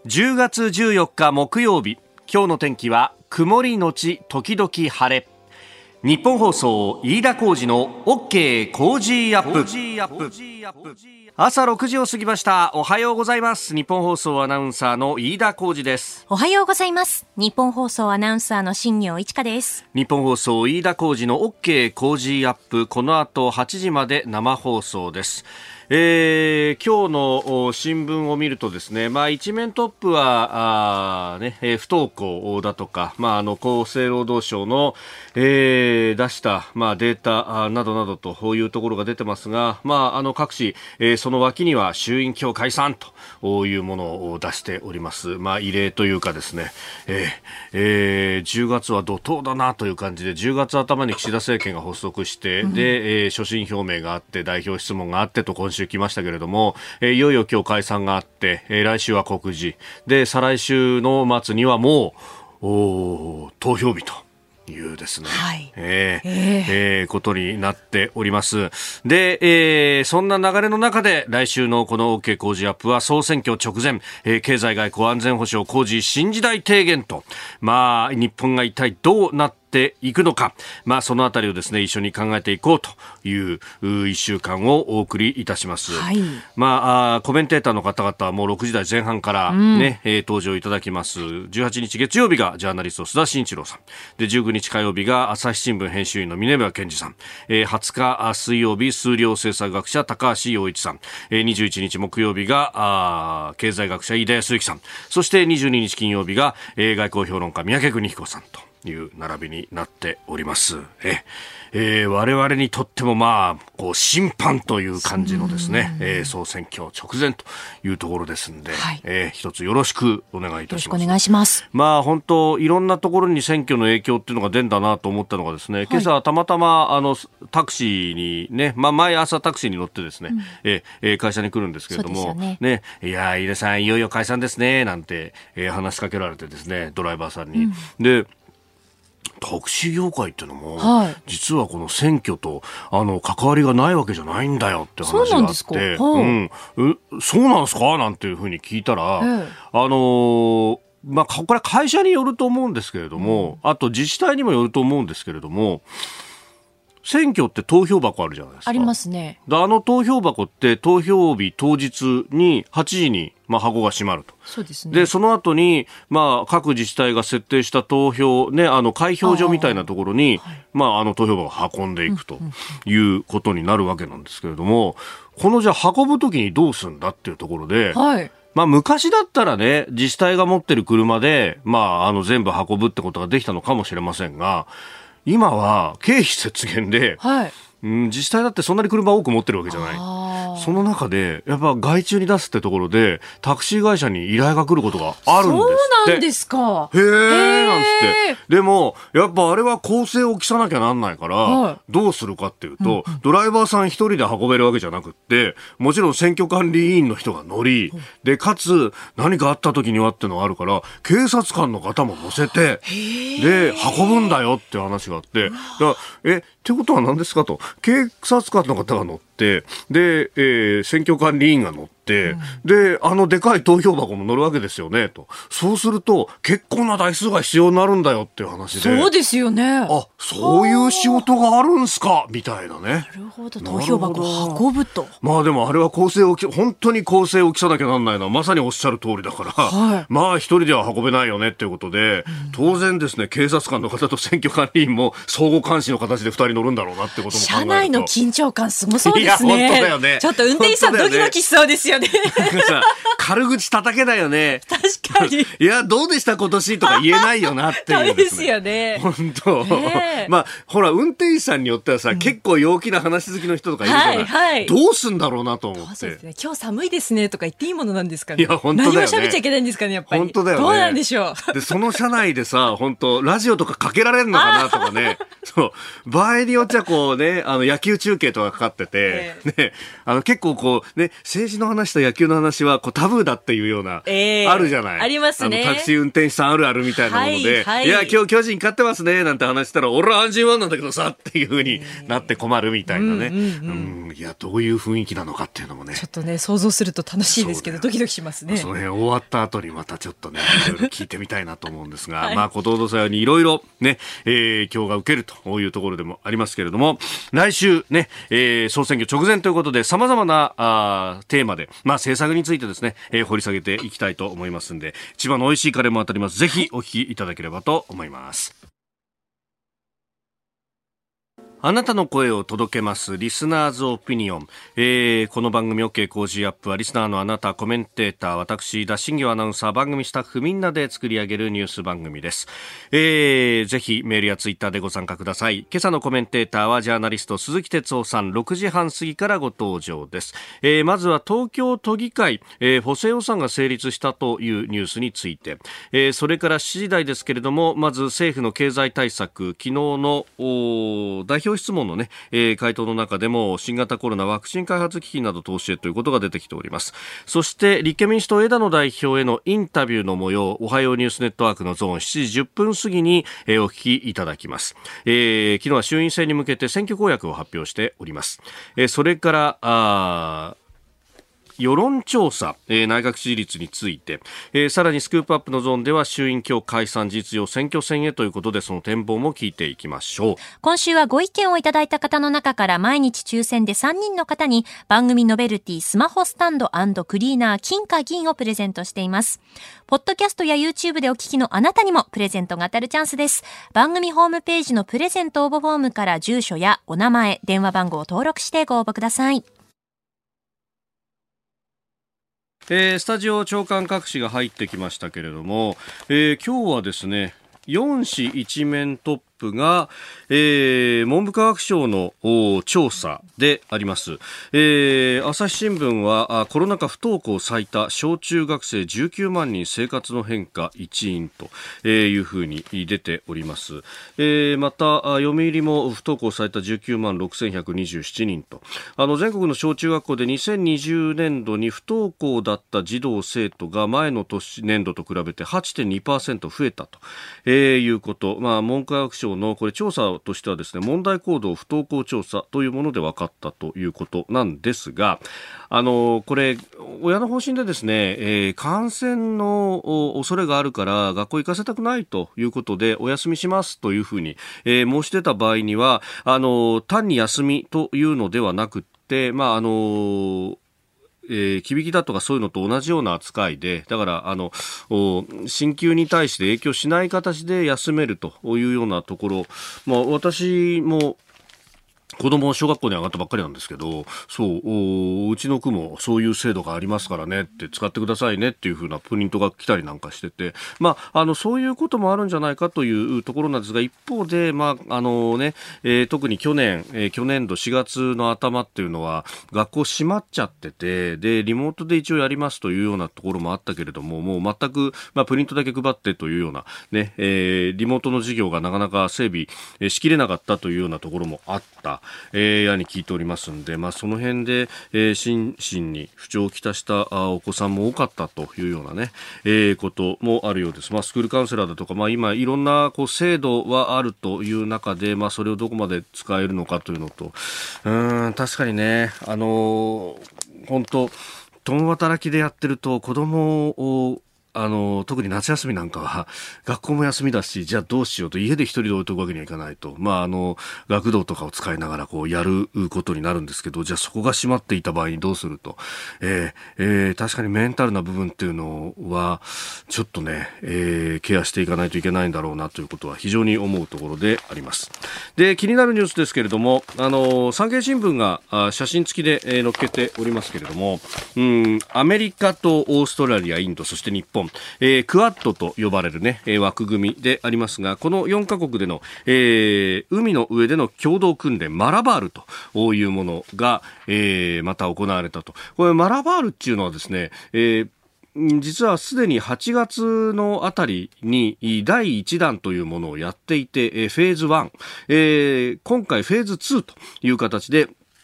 10月14日木曜日、今日の天気は曇りのち時々晴れ。日本放送飯田浩司の OK 工事アップ。朝6時を過ぎました。おはようございます。日本放送アナウンサーの飯田浩司です。 おはようございます。日本放送アナウンサーの新業一華です。 日本放送飯田浩司の OK 工事アップ、この後8時まで生放送です。今日の新聞を見るとですね、一面トップは不登校だとか、厚生労働省の、出した、データなどなどというところが出てますが、各紙、その脇には衆院今日解散というものを出しております。異例というかですね、10月は怒涛だなという感じで、10月頭に岸田政権が発足して、で、所信表明があって代表質問があってと今週来ましたけれども、いよいよ今日解散があって、来週は告示で、再来週の末にはもう投票日というですね、ことになっております。で、そんな流れの中で来週のこの OK 工事アップは総選挙直前、経済外交安全保障工事新時代提言と、日本が一体どうなっていくのか、そのあたりをですね一緒に考えていこうという1週間をお送りいたします。コメンテーターの方々はもう6時台前半から登場いただきます。18日月曜日がジャーナリスト須田慎一郎さんで、19日火曜日が朝日新聞編集員の峰村健二さん、20日水曜日数量政策学者高橋洋一さん、21日木曜日が経済学者飯田康之さん、そして22日金曜日が外交評論家三宅邦彦さんという並びになっております。我々にとっても審判という感じのですね、総選挙直前というところですので、一つよろしくお願いいたします。 よろしくお願いします。 本当いろんなところに選挙の影響っていうのが出るんだなと思ったのがですね、今朝たまたまタクシーにね、毎朝タクシーに乗ってですね、会社に来るんですけれども、いや飯田さんいよいよ解散ですねなんて、話しかけられてですね、ドライバーさんに、でタクシー業界っていうのも、実はこの選挙と関わりがないわけじゃないんだよって話があって、そうなんですかなんていうふうに聞いたら、これ会社によると思うんですけれども、あと自治体にもよると思うんですけれども、選挙って投票箱あるじゃないですか。 ありますね。 投票箱って投票日当日に8時に箱が閉まると。 そうですね。 でその後に各自治体が設定した投票開票所みたいなところに投票箱を運んでいくということになるわけなんですけれども、このじゃあ運ぶときにどうするんだっていうところで、昔だったらね、自治体が持ってる車で全部運ぶってことができたのかもしれませんが、今は経費節減で、自治体だってそんなに車多く持ってるわけじゃない。その中でやっぱ外注に出すってところでタクシー会社に依頼が来ることがあるんですって。 そうなんですか。 へーなんつって。でもやっぱあれは構成を期さなきゃなんないから、どうするかっていうと、ドライバーさん一人で運べるわけじゃなくって、もちろん選挙管理委員の人が乗り、でかつ何かあった時にはってのがあるから、警察官の方も乗せてで運ぶんだよって話があって、ってことは何ですかと、警察官の方が乗ってで、選挙管理委員が乗って、ででかい投票箱も乗るわけですよねと。そうすると結構な台数が必要になるんだよっていう話で。 そうですよね。 そういう仕事があるんすかみたいなね。 なるほど、投票箱を運ぶと。 でもあれは本当に構成を期さなきゃなんないのはまさにおっしゃる通りだから、一人では運べないよねっていうことで、当然ですね、警察官の方と選挙管理員も相互監視の形で2人乗るんだろうなってことも考えると、 車内の緊張感すごそうですね。 いや本当だよね。 ちょっと運転手さんドキドキしそうですよね。 軽口叩けないよね。 確かに。 いやどうでした今年とか言えないよなっていう、 ダメですよね。 本当。ほら運転手さんによってはさ、結構陽気な話好きの人とかいるじゃない。どうすんだろうなと思って。 そうですね。今日寒いですねとか言っていいものなんですかね。 いや本当だよね。 何も喋っちゃいけないんですかね、やっぱり。 本当だよね。 どうなんでしょう。でその車内でさ、本当ラジオとかかけられるのかなとかね。そう場合によっちゃこうね、野球中継とかかかってて、結構こうね、政治の話した野球の話はこうタブーだっていうような、あるじゃない。 ありますね。 タクシー運転手さんあるあるみたいなもので、いや今日巨人勝ってますねなんて話したら、俺は阪神ファンなんだけどさっていう風になって困るみたいなね、いやどういう雰囲気なのかっていうのもね、 ちょっとね想像すると楽しいですけどドキドキしますね。 その辺終わった後にまたちょっとねいろいろ聞いてみたいなと思うんですが、まあ後藤土佐にいろいろね、今日が受けるというところでもありますけれども、来週ね、総選挙直前ということで様々なテーマで、まあ政策についてですね、掘り下げていきたいと思いますんで、千葉の美味しいカレーも当たります。ぜひお聞きいただければと思います。あなたの声を届けますリスナーズオピニオン、この番組 OK 工事アップはリスナーのあなた、コメンテーター、私田新業アナウンサー、番組スタッフみんなで作り上げるニュース番組です。ぜひメールやツイッターでご参加ください。今朝のコメンテーターはジャーナリスト鈴木哲夫さん、6時半過ぎからご登場です。まずは東京都議会、補正予算が成立したというニュースについて、それから7時台ですけれども、まず政府の経済対策、昨日の代表質問のね、回答の中でも新型コロナワクチン開発基金など投資へということが出てきております。そして立憲民主党枝野代表へのインタビューの模様、おはようニュースネットワークのゾーン7時10分過ぎに、お聞きいただきます。昨日は衆院選に向けて選挙公約を発表しております。それから世論調査、内閣支持率について、さらにスクープアップのゾーンでは衆院今日解散事実上選挙戦へということで、その展望も聞いていきましょう。 今週はご意見をいただいた方の中から毎日抽選で3人の方に番組ノベルティスマホスタンド&クリーナー金か銀をプレゼントしています。ポッドキャストや YouTube でお聞きのあなたにもプレゼントが当たるチャンスです。番組ホームページのプレゼント応募フォームから住所やお名前、電話番号を登録してご応募ください。 スタジオ長官各紙が入ってきましたけれども、今日はですね4紙一面トップが、文部科学省の調査であります。朝日新聞はコロナ禍不登校最多、小中学生19万人生活の変化一因というふうに出ております。また読売も不登校最多19万6127人と、全国の小中学校で2020年度に不登校だった児童生徒が前の年度と比べて 8.2% 増えたと、いうこと、文部科学省のこれ調査としてはですね、問題行動不登校調査というもので分かったということなんですが、これ親の方針でですね、感染の恐れがあるから学校行かせたくないということでお休みしますというふうに、申し出た場合には単に休みというのではなくって、忌引きだとかそういうのと同じような扱いで、だから進級に対して影響しない形で休めるというようなところ、私も子供は小学校に上がったばっかりなんですけど、うちの区もそういう制度がありますからねって使ってくださいねっていう風なプリントが来たりなんかしてて、そういうこともあるんじゃないかというところなんですが、一方で、特に去年度4月の頭っていうのは学校閉まっちゃってて、でリモートで一応やりますというようなところもあったけれども、もう全く、プリントだけ配ってというようなね、リモートの授業がなかなか整備しきれなかったというようなところもあったやに聞いておりますので、その辺で、心身に不調をきたしたお子さんも多かったというようなね、こともあるようです。スクールカウンセラーだとか、今いろんな制度はあるという中で、それをどこまで使えるのかというのと、確かにね、本当共働きでやってると子供を特に夏休みなんかは学校も休みだし、じゃあどうしようと、家で一人で置いとくわけにはいかないと、学童とかを使いながらやることになるんですけど、じゃあそこが閉まっていた場合にどうすると、確かにメンタルな部分っていうのはちょっとね、ケアしていかないといけないんだろうなということは非常に思うところであります。で、気になるニュースですけれども、産経新聞が写真付きで、載っけておりますけれども、アメリカとオーストラリア、インド、そして日本、クアッドと呼ばれるね、枠組みでありますが、この4カ国での、海の上での共同訓練マラバールというものが、また行われたと。これマラバールっていうのはですね、実はすでに8月のあたりに第1弾というものをやっていて、フェーズ1、今回フェーズ2という形で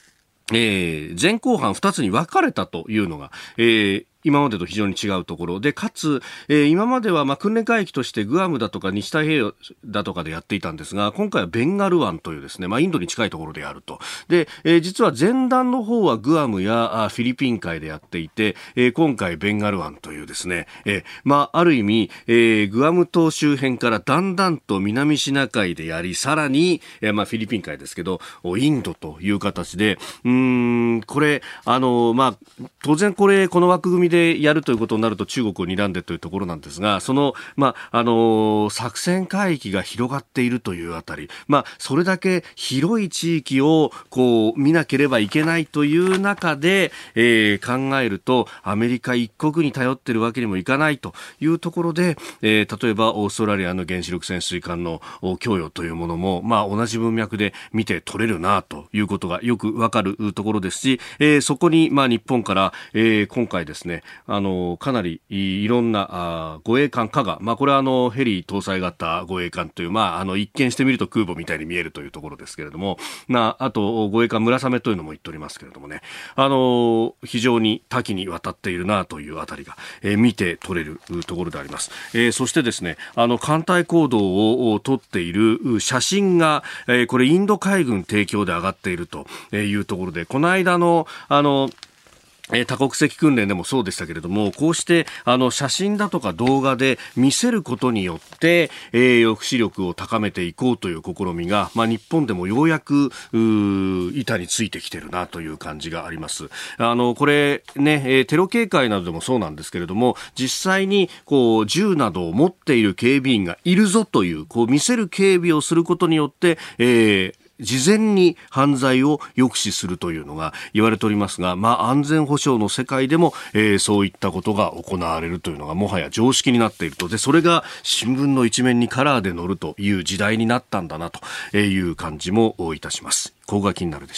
前後半2つに分かれたというのが、今までと非常に違うところで、かつ、今までは訓練海域としてグアムだとか西太平洋だとかでやっていたんですが、今回はベンガル湾というですね、インドに近いところでやると。で、実は前段の方はグアムやフィリピン海でやっていて、今回ベンガル湾というですね、ある意味、グアム島周辺からだんだんと南シナ海でやり、さらに、フィリピン海ですけど、インドという形で、これ、当然この枠組みでやるということになると中国を睨んでというところなんですが、その、作戦海域が広がっているというあたり、それだけ広い地域を見なければいけないという中で、考えるとアメリカ一国に頼っているわけにもいかないというところで、例えばオーストラリアの原子力潜水艦の供与というものも、同じ文脈で見て取れるなということがよくわかるところですし、そこに日本から、今回ですね、かなりいろんな護衛艦加賀、これはヘリ搭載型護衛艦という、一見してみると空母みたいに見えるというところですけれども、あと護衛艦村雨というのも言っておりますけれどもね、非常に多岐にわたっているなというあたりが、見て取れるところであります。そしてですね、艦隊行動をとっている写真が、これインド海軍提供で上がっているというところで、この間の多国籍訓練でもそうでしたけれども、こうして写真だとか動画で見せることによって、抑止力を高めていこうという試みが、日本でもようやく板についてきてるなという感じがあります。これね、テロ警戒などでもそうなんですけれども、実際に銃などを持っている警備員がいるぞという見せる警備をすることによって、事前に犯罪を抑止するというのが言われておりますが、安全保障の世界でも、そういったことが行われるというのがもはや常識になっていると。で、それが新聞の一面にカラーで載るという時代になったんだなという感じもいたします。ここが気になるでした。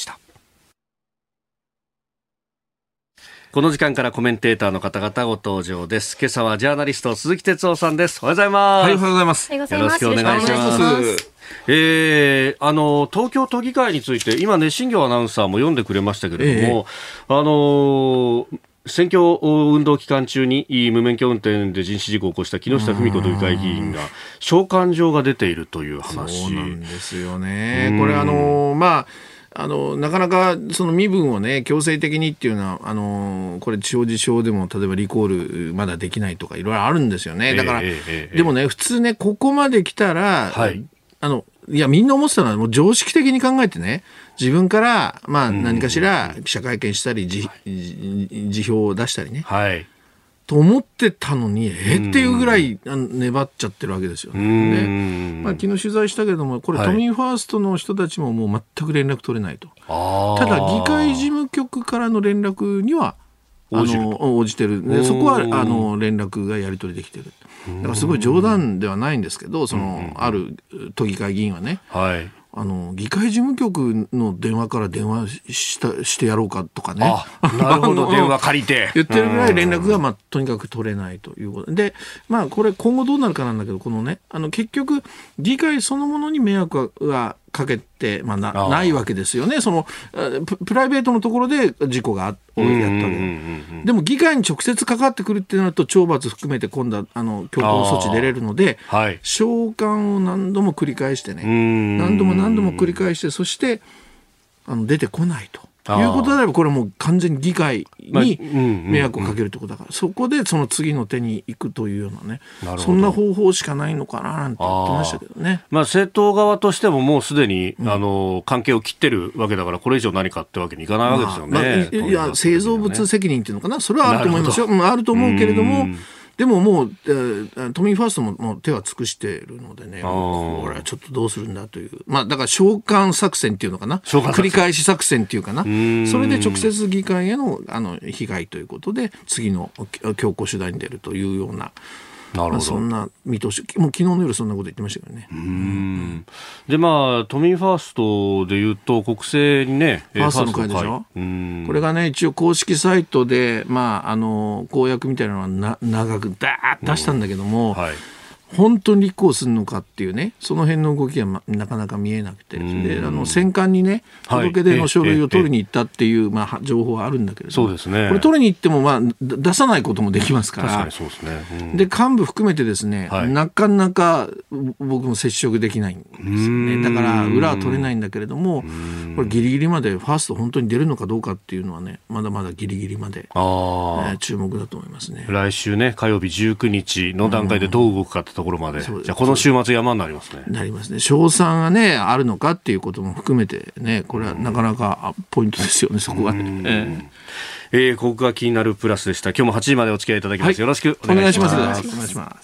この時間からコメンテーターの方々ご登場です。今朝はジャーナリスト鈴木哲夫さんです。おはようございます。 はい、おはようございます。 よろしくお願いします。東京都議会について今ね、新業アナウンサーも読んでくれましたけれども、選挙運動期間中に無免許運転で人身事故を起こした木下富美子都議会議員が召喚状が出ているという話。 そうなんですよね。これなかなかその身分をね、強制的にっていうのは、これ地方自治法でも例えばリコールまだできないとかいろいろあるんですよね。だから、でもね、普通ね、ここまで来たら、いや、みんな思ってたのはもう常識的に考えてね、自分から、何かしら記者会見したり、辞表を出したりね。と思ってたのに、っていうぐらい粘っちゃってるわけですよね。で、昨日取材したけれども、これ、都民ファーストの人たちももう全く連絡取れないと。ただ、議会事務局からの連絡には応じてる。で、そこは連絡がやり取りできてる。だからすごい冗談ではないんですけど、ある都議会議員はね、議会事務局の電話から電話してやろうかとかね。 なるほど、電話借りて。 言ってるぐらい連絡が、とにかく取れないということで。これ今後どうなるかなんだけど、このね、結局、議会そのものに迷惑がかけて、ないわけですよね。プライベートのところで事故がやったわけでも議会に直接かかってくるってなると懲罰含めて今度は強行措置出れるので、召喚を何度も繰り返してね、何度も繰り返して、そして出てこないということであれば、これはもう完全に議会に迷惑をかけるということだから、そこでその次の手に行くというようなね、そんな方法しかないのかななんて言ってましたけどね。 政党側としてももうすでに、関係を切ってるわけだから、これ以上何かってわけにいかないわけですよね。 いや、製造物責任っていうのかな、それはあると思いますよ。あると思うけれども、でももう、都民ファーストももう手は尽くしているのでね、これはちょっとどうするんだという。だから召喚作戦っていうのかな。繰り返し作戦っていうかな。それで直接議会への、被害ということで、次の強行手段に出るというような。そんな見通し、もう昨日の夜そんなこと言ってましたけどね。 で、都民ファーストでいうと国政にね、 ファーストの会でしょ。これがね、一応公式サイトで公約みたいなのは長くダーッと出したんだけども、 本当に立候補するのかっていうね、その辺の動きが、なかなか見えなくて、で選管にね届け出の書類を取りに行ったっていう、情報はあるんだけれども、 そうですね、 これ取りに行っても、出さないこともできますから、 確かにそうですね、 で幹部含めてですね、なかなか僕も接触できないんですよね。だから裏は取れないんだけれども、これギリギリまでファースト本当に出るのかどうかっていうのはね、まだまだギリギリまで、注目だと思いますね。 来週ね、火曜日19日の段階でどう動くかってところまで、じゃあこの週末山になりますね。 なりますね。勝算がねあるのかっていうことも含めてね、これはなかなかポイントですよね、そこはね。 ここが気になるプラスでした。今日も8時までお付き合いいただきます。よろしくお願いします。 お願いします。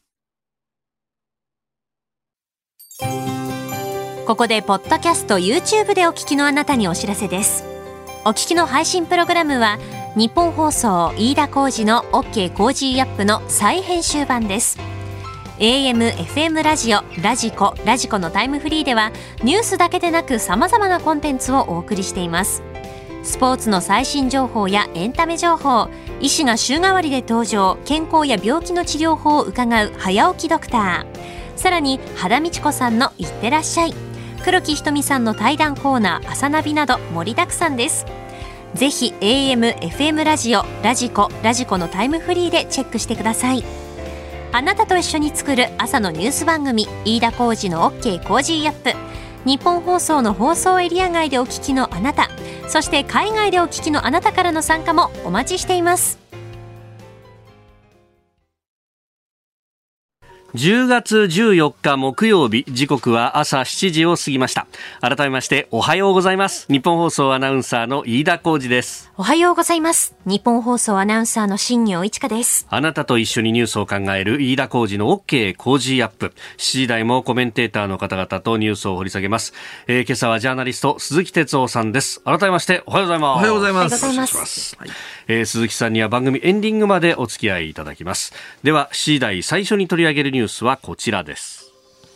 ここでポッドキャスト YouTube でお聞きのあなたにお知らせです。お聞きの配信プログラムは日本放送飯田浩司の OK コージーアップの再編集版です。 AM、FM ラジオ、ラジコのタイムフリーではニュースだけでなく様々なコンテンツをお送りしています。スポーツの最新情報やエンタメ情報、医師が週替わりで登場、健康や病気の治療法を伺う早起きドクター、さらに羽田美智子さんのいってらっしゃい、黒木ひとみさんの対談コーナー朝ナビなど盛りだくさんです。ぜひ AM、FM ラジオ、ラジコのタイムフリーでチェックしてください。あなたと一緒に作る朝のニュース番組、飯田浩司の OK コージーアップ。日本放送の放送エリア外でお聞きのあなた、そして海外でお聞きのあなたからの参加もお待ちしています。 10月14日木曜日、時刻は朝7時を過ぎました。改めましておはようございます。日本放送アナウンサーの飯田浩司です。 おはようございます。日本放送アナウンサーの新業一華です。 あなたと一緒にニュースを考える飯田浩司の OK コージーアップ。7時台もコメンテーターの方々とニュースを掘り下げます。今朝はジャーナリスト鈴木哲夫さんです。改めましておはようございます。 おはようございます。 おはようございます。 鈴木さんには番組エンディングまでお付き合いいただきます。では7時台最初に取り上げるニュースはこちらです。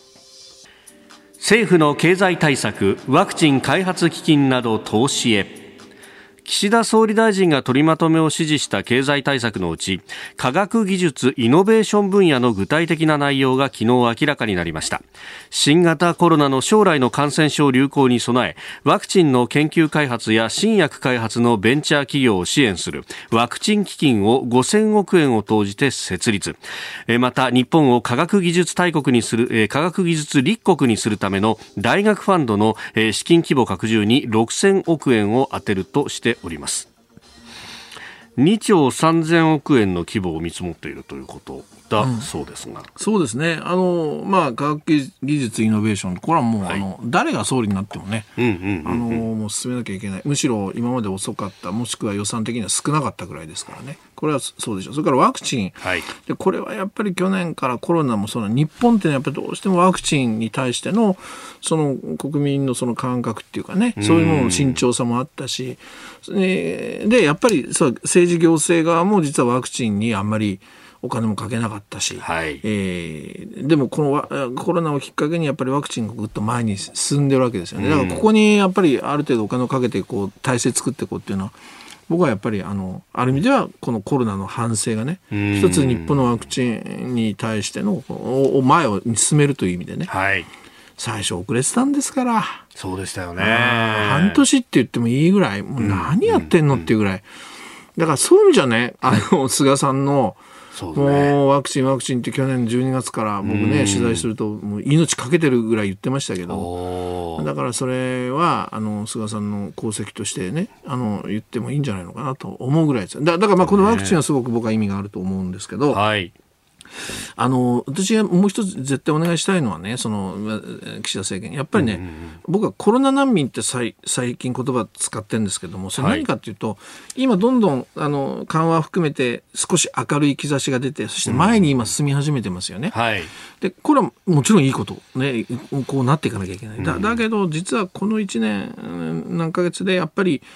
政府の経済対策、ワクチン開発基金など投資へ。岸田総理大臣が取りまとめを指示した経済対策のうち、科学技術イノベーション分野の具体的な内容が昨日明らかになりました。新型コロナの将来の感染症流行に備え、ワクチンの研究開発や新薬開発のベンチャー企業を支援するワクチン基金を5000億円を投じて設立。また日本を科学技術大国にする、科学技術立国にするための大学ファンドの資金規模拡充に6000億円を充てるとしております。2兆3000億円の規模を見積もっているということだそうですが、 そうですね。科学技術イノベーション、これはもう、誰が総理になってもね、もう進めなきゃいけない。むしろ今まで遅かった、もしくは予算的には少なかったぐらいですからね。これはそうでしょう。それからワクチン、でこれはやっぱり去年からコロナも日本ってやっぱりどうしてもワクチンに対してのその国民のその感覚っていうかね、そういうものの慎重さもあったし、でやっぱり政治行政側も実はワクチンにあんまりお金もかけなかったし、でもこのコロナをきっかけにやっぱりワクチンがぐっと前に進んでるわけですよね。だからここにやっぱりある程度お金をかけて体制作っていこうっていうのは、僕はやっぱりある意味ではこのコロナの反省がね、一つ日本のワクチンに対しての前を進めるという意味でね、最初遅れてたんですから。 そうでしたよね。 半年って言ってもいいぐらい、もう何やってんのっていうぐらい。だからそういう意味じゃね、菅さんのもうワクチンって去年12月から僕ね取材するともう命かけてるぐらい言ってましたけど、だからそれは菅さんの功績としてね言ってもいいんじゃないのかなと思うぐらいです。だからこのワクチンはすごく僕は意味があると思うんですけど、私がもう一つ絶対お願いしたいのはね、その岸田政権やっぱりね、僕はコロナ難民って最近言葉使ってるんですけども、それ何かっていうと、今どんどん緩和を含めて少し明るい兆しが出て、そして前に今進み始めてますよね。でこれはもちろんいいことね、こうなっていかなきゃいけない。だけど実はこの1年何ヶ月でやっぱり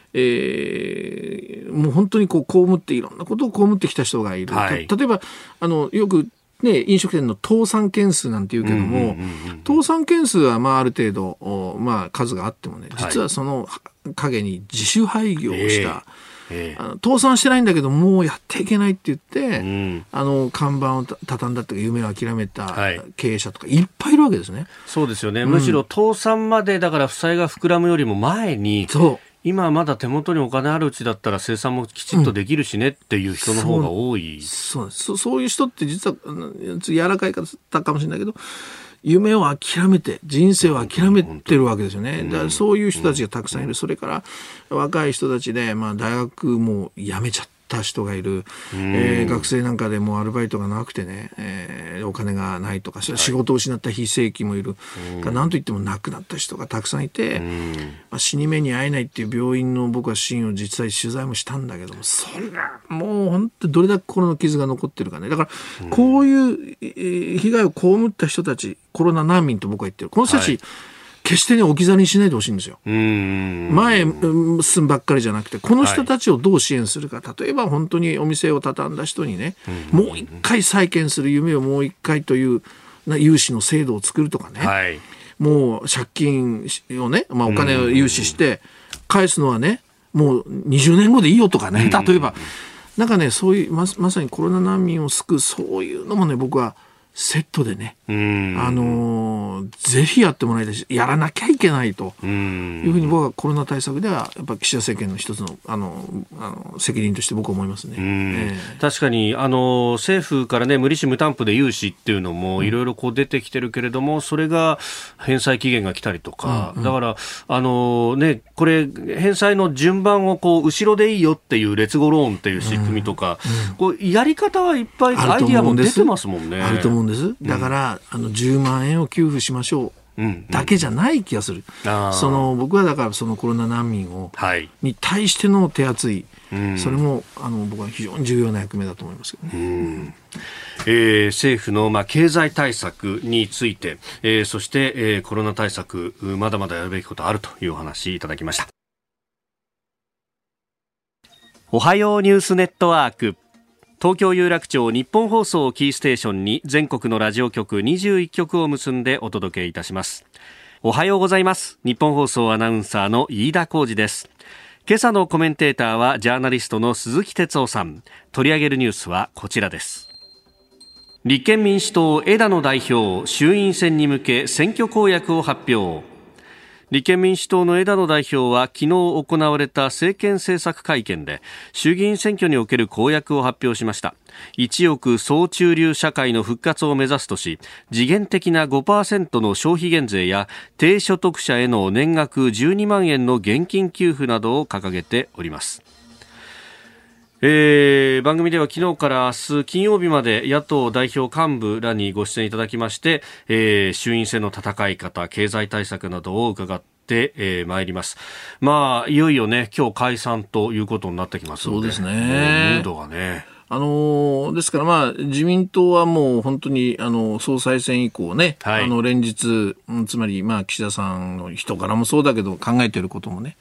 もう本当に被っていろんなことを被ってきた人がいる。例えばよくね、飲食店の倒産件数なんて言うけども、倒産件数はある程度数があってもね、実はその陰に自主廃業をした、 倒産してないんだけどもうやっていけないって言って、看板を畳んだとか夢を諦めた経営者とかいっぱいいるわけですね。 そうですよね、むしろ倒産までだから負債が膨らむよりも前に、今まだ手元にお金あるうちだったら生産もきちっとできるしねっていう人の方が多い。 そういう人って実は柔らかい方かもしれないけど、夢を諦めて人生を諦めてるわけですよね。だからそういう人たちがたくさんいる。それから若い人たちで、大学も辞めちゃった人がいる、学生なんかでもアルバイトがなくてね、お金がないとか、仕事を失った非正規もいる、なんといっても亡くなった人がたくさんいて、死に目に会えないっていう病院の僕はシーンを実際取材もしたんだけども、それはもう本当にどれだけ心の傷が残ってるかね。だからこういう被害を被った人たち、コロナ難民と僕は言ってる、この人たち、決してね置き去りにしないでほしいんですよ。前進むばっかりじゃなくて、この人たちをどう支援するか、例えば本当にお店を畳んだ人にね、もう一回再建する夢をもう一回という融資の制度を作るとかね、もう借金をね、お金を融資して返すのはねもう20年後でいいよとかね、例えばなんかね、そういう まさにコロナ難民を救うそういうのもね、僕はセットでね、ぜひやってもらいたいし、やらなきゃいけないというふうに僕はコロナ対策ではやっぱ岸田政権の一つの責任として僕は思いますね。 確かに政府からね無利子無担保で融資っていうのもいろいろ出てきてるけれども、それが返済期限が来たりとか、だからこれ返済の順番を後ろでいいよっていうレッツゴーローンっていう仕組みとか、やり方はいっぱいアイディアも出てますもんね。 あると思うんです。だから、10万円を給付しましょうだけじゃない気がする。僕はだからそのコロナ難民に対しての手厚い、それも僕は非常に重要な役目だと思いますけどね。 政府の経済対策について、そして、コロナ対策まだまだやるべきことあるというお話いただきました。おはようニュースネットワーク、東京有楽町日本放送をキーステーションに全国のラジオ局21局を結んでお届けいたします。おはようございます。日本放送アナウンサーの飯田浩司です。今朝のコメンテーターはジャーナリストの鈴木哲夫さん。取り上げるニュースはこちらです。立憲民主党枝野代表、衆院選に向け選挙公約を発表。立憲民主党の枝野代表は昨日行われた政権政策会見で衆議院選挙における公約を発表しました。一億総中流社会の復活を目指すとし、時限的な 5% の消費減税や低所得者への年額12万円の現金給付などを掲げております。番組では昨日から明日金曜日まで野党代表幹部らにご出演いただきまして、衆院選の戦い方、経済対策などを伺ってまいります。いよいよね今日解散ということになってきますので、 そうですね、 ムードがね、 ですから自民党はもう本当に総裁選以降ね、連日つまり岸田さんの人柄もそうだけど考えていることもね、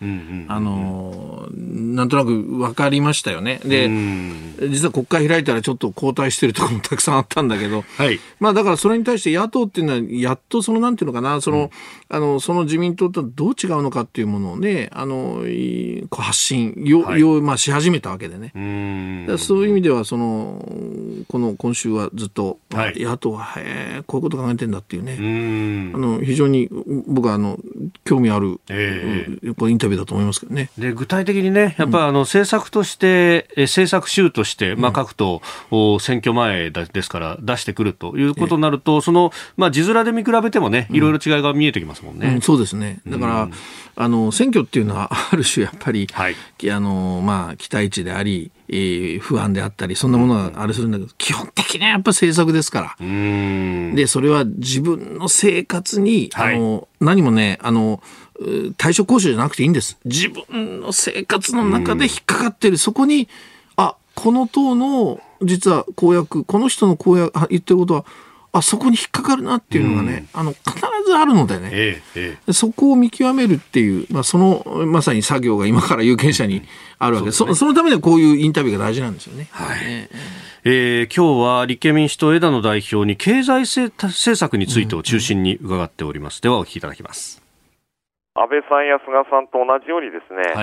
なんとなく分かりましたよね。で、実は国会開いたらちょっと後退してるところもたくさんあったんだけど、だからそれに対して野党っていうのはやっとなんていうのかな、その自民党とどう違うのかっていうものをね、発信し始めたわけでね。そういう意味では今週はずっと、野党はこういうこと考えてんだっていうね、非常に僕は興味ある、インタビューだと思いますけどね。 で具体的にね、やっぱり政策として政策集として、各党選挙前ですから出してくるということになると、字面で見比べてもね、いろいろ違いが見えてきますもんね。 そうですね。だから選挙っていうのはある種やっぱり、期待値であり不安であったり、そんなものがあれするんだけど、基本的にはやっぱ政策ですから。でそれは自分の生活に、何もね対処交渉じゃなくていいんです。自分の生活の中で引っかかっている、そこにこの党の実は公約、この人の公約言ってることはそこに引っかかるなっていうのがね、必ずあるのでね、そこを見極めるっていう、まさに作業が今から有権者にあるわけで、そのためにはこういうインタビューが大事なんですよね。 今日は立憲民主党枝野代表に経済政策についてを中心に伺っております。ではお聞きいただきます。 安倍さんや菅さんと同じようにですね、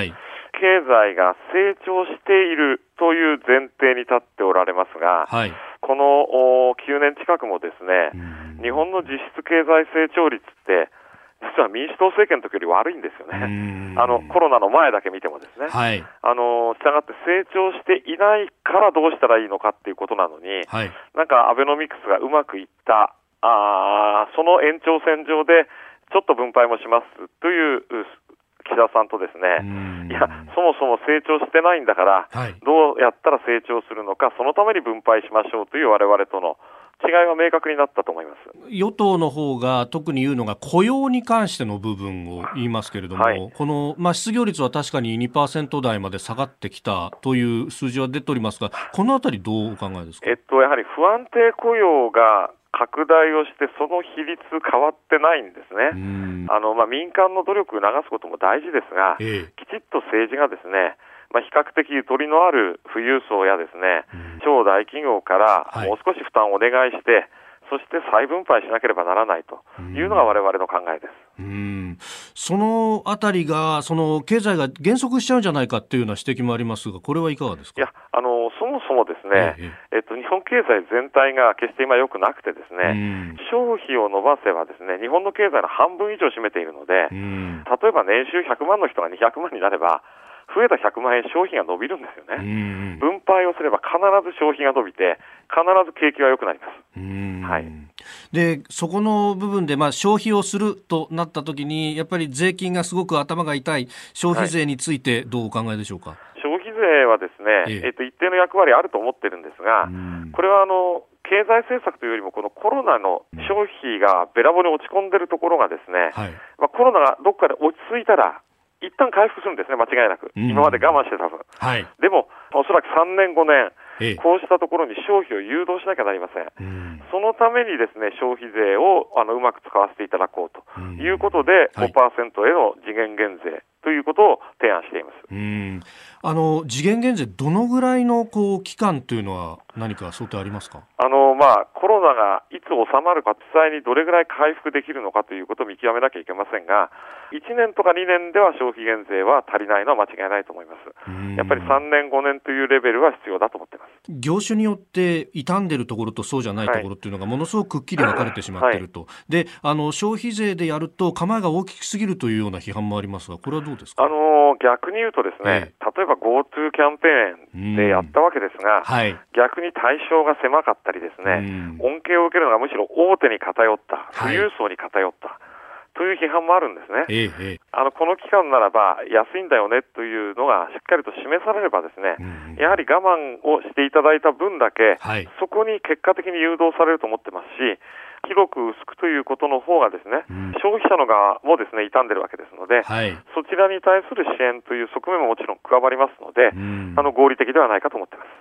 経済が成長しているという前提に立っておられますが、 はい、 この9年近くもですね、日本の実質経済成長率って実は民主党政権の時より悪いんですよね。コロナの前だけ見てもですね、 はい、 したがって成長していないからどうしたらいいのかっていうことなのに、 はい、 なんかアベノミクスがうまくいったその延長線上でちょっと分配もしますという岸田さんとですね、いやそもそも成長してないんだから、はい、どうやったら成長するのか、そのために分配しましょうという我々との違いは明確になったと思います。 与党の方が特に言うのが雇用に関しての部分を言いますけれども、はい、この、失業率は確かに 2% 台まで下がってきたという数字は出ておりますが、このあたりどうお考えですか？ やはり不安定雇用が拡大をしてその比率変わってないんですね。民間の努力を促すことも大事ですが、きちっと政治がですね、比較的ゆとりのある富裕層やですね、超大企業からもう少し負担をお願いして、そして再分配しなければならないというのが我々の考えです。 そのあたりがその経済が減速しちゃうんじゃないかというような指摘もありますが、これはいかがですか？ いや、そもそもですね、日本経済全体が決して今良くなくてですね、消費を伸ばせばですね、日本の経済の半分以上占めているので、例えば年収100万の人が200万になれば増えた100万円消費が伸びるんですよね。分配をすれば必ず消費が伸びて必ず景気は良くなります。はい、 でそこの部分で、消費をするとなったときにやっぱり税金がすごく頭が痛い消費税についてどうお考えでしょうか？ 消費税はですね、一定の役割あると思ってるんですが、これは経済政策というよりもこのコロナの消費がべらぼうに落ち込んでいるところがですね、コロナがどっかで落ち着いたら一旦回復するんですね、間違いなく。今まで我慢してた分。でもおそらく3年5年こうしたところに消費を誘導しなきゃなりません。そのためにですね、消費税をうまく使わせていただこうということで、5% への時限減税ということを提案しています。 時限減税どのぐらいの期間というのは何か想定ありますか？ コロナがいつ収まるか、実際にどれぐらい回復できるのかということを見極めなきゃいけませんが、1年とか2年では消費減税は足りないのは間違いないと思います。やっぱり3年5年というレベルは必要だと思っています。 業種によって傷んでるところとそうじゃないところっていうのがものすごくくっきり分かれてしまっていると、で消費税でやると構えが大きすぎるというような批判もありますが、これはどうですか？ 逆に言うとですね、例えば GoTo キャンペーンでやったわけですが、逆に対象が狭かったりですね、恩恵を受けるのがむしろ大手に偏った、富裕層に偏ったという批判もあるんですね。この期間ならば安いんだよねというのがしっかりと示されればですね、やはり我慢をしていただいた分だけ、そこに結果的に誘導されると思ってますし、広く薄くということの方がですね、消費者の側もですね傷んでるわけですので、そちらに対する支援という側面ももちろん加わりますので、合理的ではないかと思っています。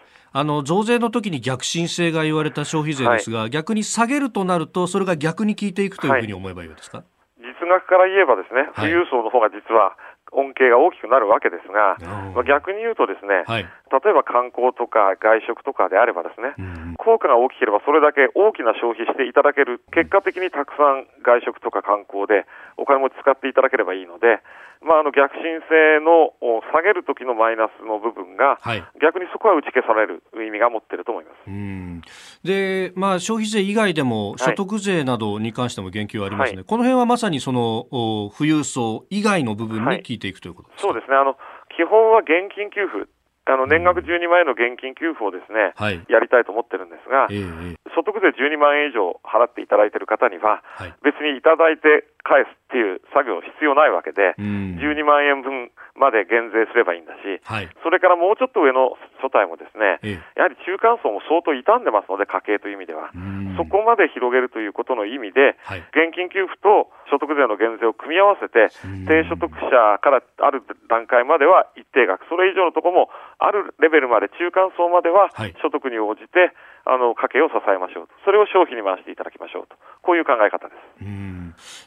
増税の時に逆進性が言われた消費税ですが、逆に下げるとなるとそれが逆に効いていくというふうに思えばいいですか？ 実額から言えばですね、富裕層の方が実は恩恵が大きくなるわけですが、逆に言うとですね、例えば観光とか外食とかであればですね、効果が大きければそれだけ大きな消費していただける、結果的にたくさん外食とか観光でお金も使っていただければいいので、逆進性の下げる時のマイナスの部分が、逆にそこは打ち消される意味が持っていると思います。 で、消費税以外でも所得税などに関しても言及ありますね。この辺はまさにその富裕層以外の部分に効いていくということですか？ そうですね。基本は現金給付、年額12万円の現金給付をですね、やりたいと思ってるんですが、所得税12万円以上払っていただいている方には、別にいただいて返すっていう作業必要ないわけで、12万円分まで減税すればいいんだし、それからもうちょっと上の所帯もですね、やはり中間層も相当傷んでますので、家計という意味では、そこまで広げるということの意味で、現金給付と所得税の減税を組み合わせて、低所得者からある段階までは一定額、それ以上のところもあるレベルまで、中間層までは所得に応じて、家計を支えましょうと、それを消費に回していただきましょうと、こういう考え方です。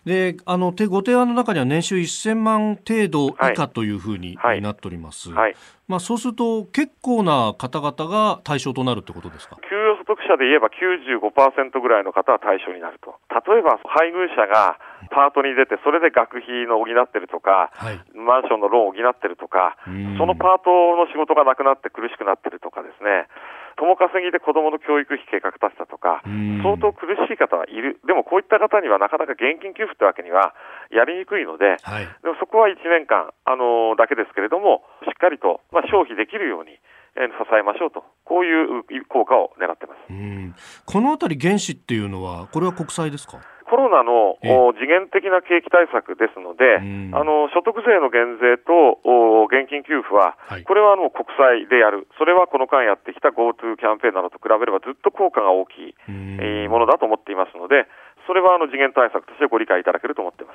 で、ご提案の中には年収1000万程度以下というふうになっております。そうすると結構な方々が対象となるということですか？ 給与所得者で言えば 95% ぐらいの方は対象になると。例えば配偶者がパートに出て、それで学費の補ってるとか、はい、マンションのローンを補ってるとか、そのパートの仕事がなくなって苦しくなってるとかですね、共稼ぎで子どもの教育費計画立てたとか、相当苦しい方はいる。でもこういった方にはなかなか現金給付ってわけにはやりにくいので、はい、でもそこは1年間、だけですけれども、しっかりと、消費できるように支えましょうと、こういう効果を狙ってます。 このあたり原資っていうのは、これは国債ですか？ コロナの次元的な景気対策ですので、所得税の減税と現金給付は、はい、これは国債でやる。それはこの間やってきた GoTo キャンペーンなどと比べればずっと効果が大きいものだと思っていますので、それは次元対策としてご理解いただけると思っています。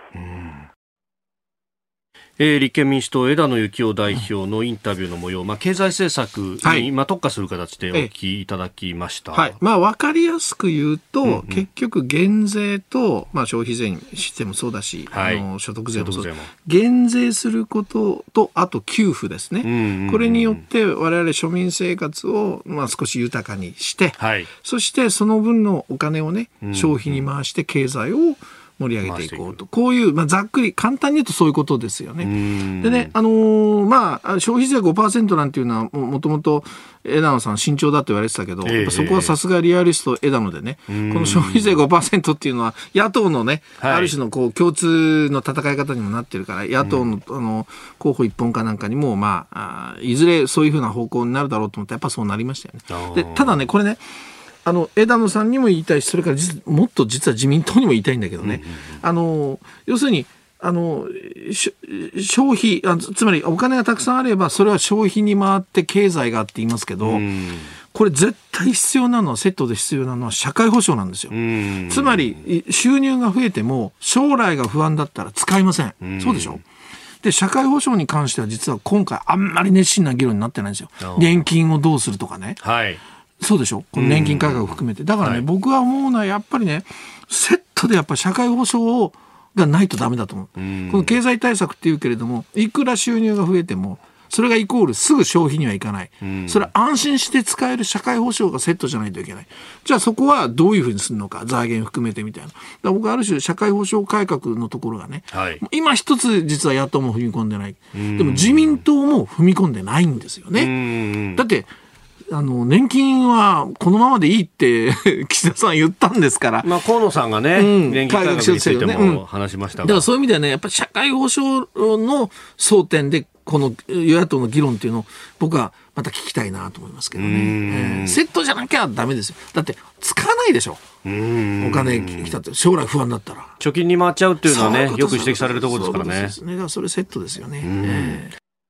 立憲民主党枝野幸男代表のインタビューの模様、経済政策に、特化する形でお聞きいただきました。 はい、分かりやすく言うと、結局減税と、消費税にしてもそうだし、はい、所得税もそうだ、減税することと、あと給付ですね、これによって我々庶民生活を、少し豊かにして、はい、そしてその分のお金をね、消費に回して経済を盛り上げていこうと。こういう、ざっくり、簡単に言うとそういうことですよね。でね、消費税 5% なんていうのは、もともと枝野さん慎重だと言われてたけど、そこはさすがリアリスト枝野でね、この消費税 5% っていうのは、野党のね、ある種の共通の戦い方にもなってるから、野党の、候補一本化なんかにも、いずれそういうふうな方向になるだろうと思って、やっぱそうなりましたよね。で、ただね、これね、枝野さんにも言いたいし、それからもっと実は自民党にも言いたいんだけどね、要するに消費つまりお金がたくさんあればそれは消費に回って経済がって言いますけど、これ絶対必要なのは、セットで必要なのは社会保障なんですよ。つまり収入が増えても将来が不安だったら使いません。そうでしょ。で、社会保障に関しては実は今回あんまり熱心な議論になってないんですよ。年金をどうするとかね、はい、そうでしょ、この年金改革を含めて。だからね、僕は思うのはやっぱりね、セットでやっぱり社会保障がないとダメだと思う。この経済対策っていうけれども、いくら収入が増えてもそれがイコールすぐ消費にはいかない。それは安心して使える社会保障がセットじゃないといけない。じゃあそこはどういうふうにするのか、財源含めてみたいな。だから僕はある種社会保障改革のところがね、はい、今一つ実は野党も踏み込んでない。でも自民党も踏み込んでないんですよね。だって年金はこのままでいいって岸田さん言ったんですから。 河野さんがね、年金改革についても話しましたが、 だからそういう意味ではね、やっぱり社会保障の争点でこの与野党の議論っていうのを僕はまた聞きたいなと思いますけどね。セットじゃなきゃダメですよ。だって使わないでしょ。お金来たって将来不安だったら貯金に回っちゃうっていうのはね、よく指摘されるところですからね。 だからそれセットですよね。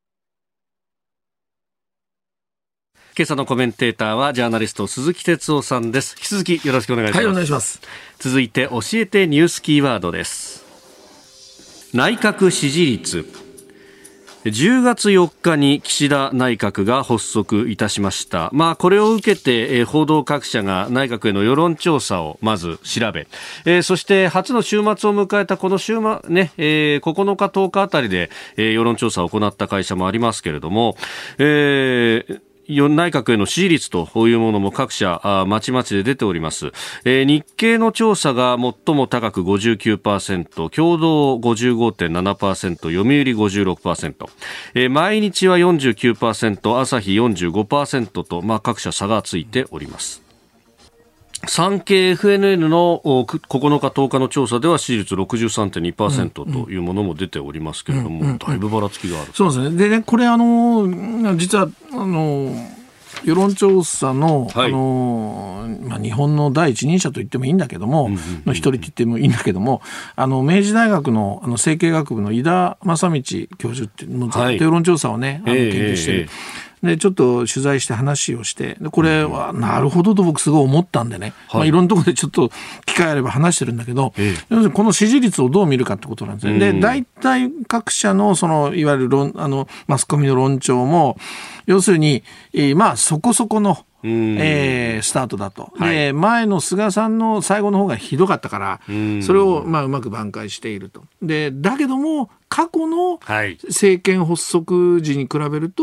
今朝のコメンテーターはジャーナリスト鈴木哲夫さんです。引き続きよろしくお願いします。 はい、お願いします。 続いて教えてニュースキーワードです。内閣支持率。10月4日に岸田内閣が発足いたしました。これを受けて報道各社が内閣への世論調査をまず調べ、そして初の週末を迎えたこの週末、9日10日あたりで世論調査を行った会社もありますけれども、内閣への支持率というものも各社まちまちで出ております。日経の調査が最も高く 59%、共同 55.7%、読売 56%、毎日は 49%、朝日 45% と、各社差がついております。産経 FNN の9日10日の調査では支持率 63.2% というものも出ておりますけれども、だいぶばらつきがある。 そうですね。でね、これ実は世論調査の、日本の第一人者と言ってもいいんだけども、の一人と言ってもいいんだけども、明治大学の政経学部の井田正道教授っていうのずっと世論調査をね、研究してる。でちょっと取材して話をして、でこれはなるほどと僕すごい思ったんでね、いろんなところでちょっと機会あれば話してるんだけど、要するにこの支持率をどう見るかってことなんですね。で大体各社のいわゆるマスコミの論調も要するに、そこそこのスタートだと、で前の菅さんの最後の方がひどかったから、それをうまく挽回していると。でだけども過去の政権発足時に比べると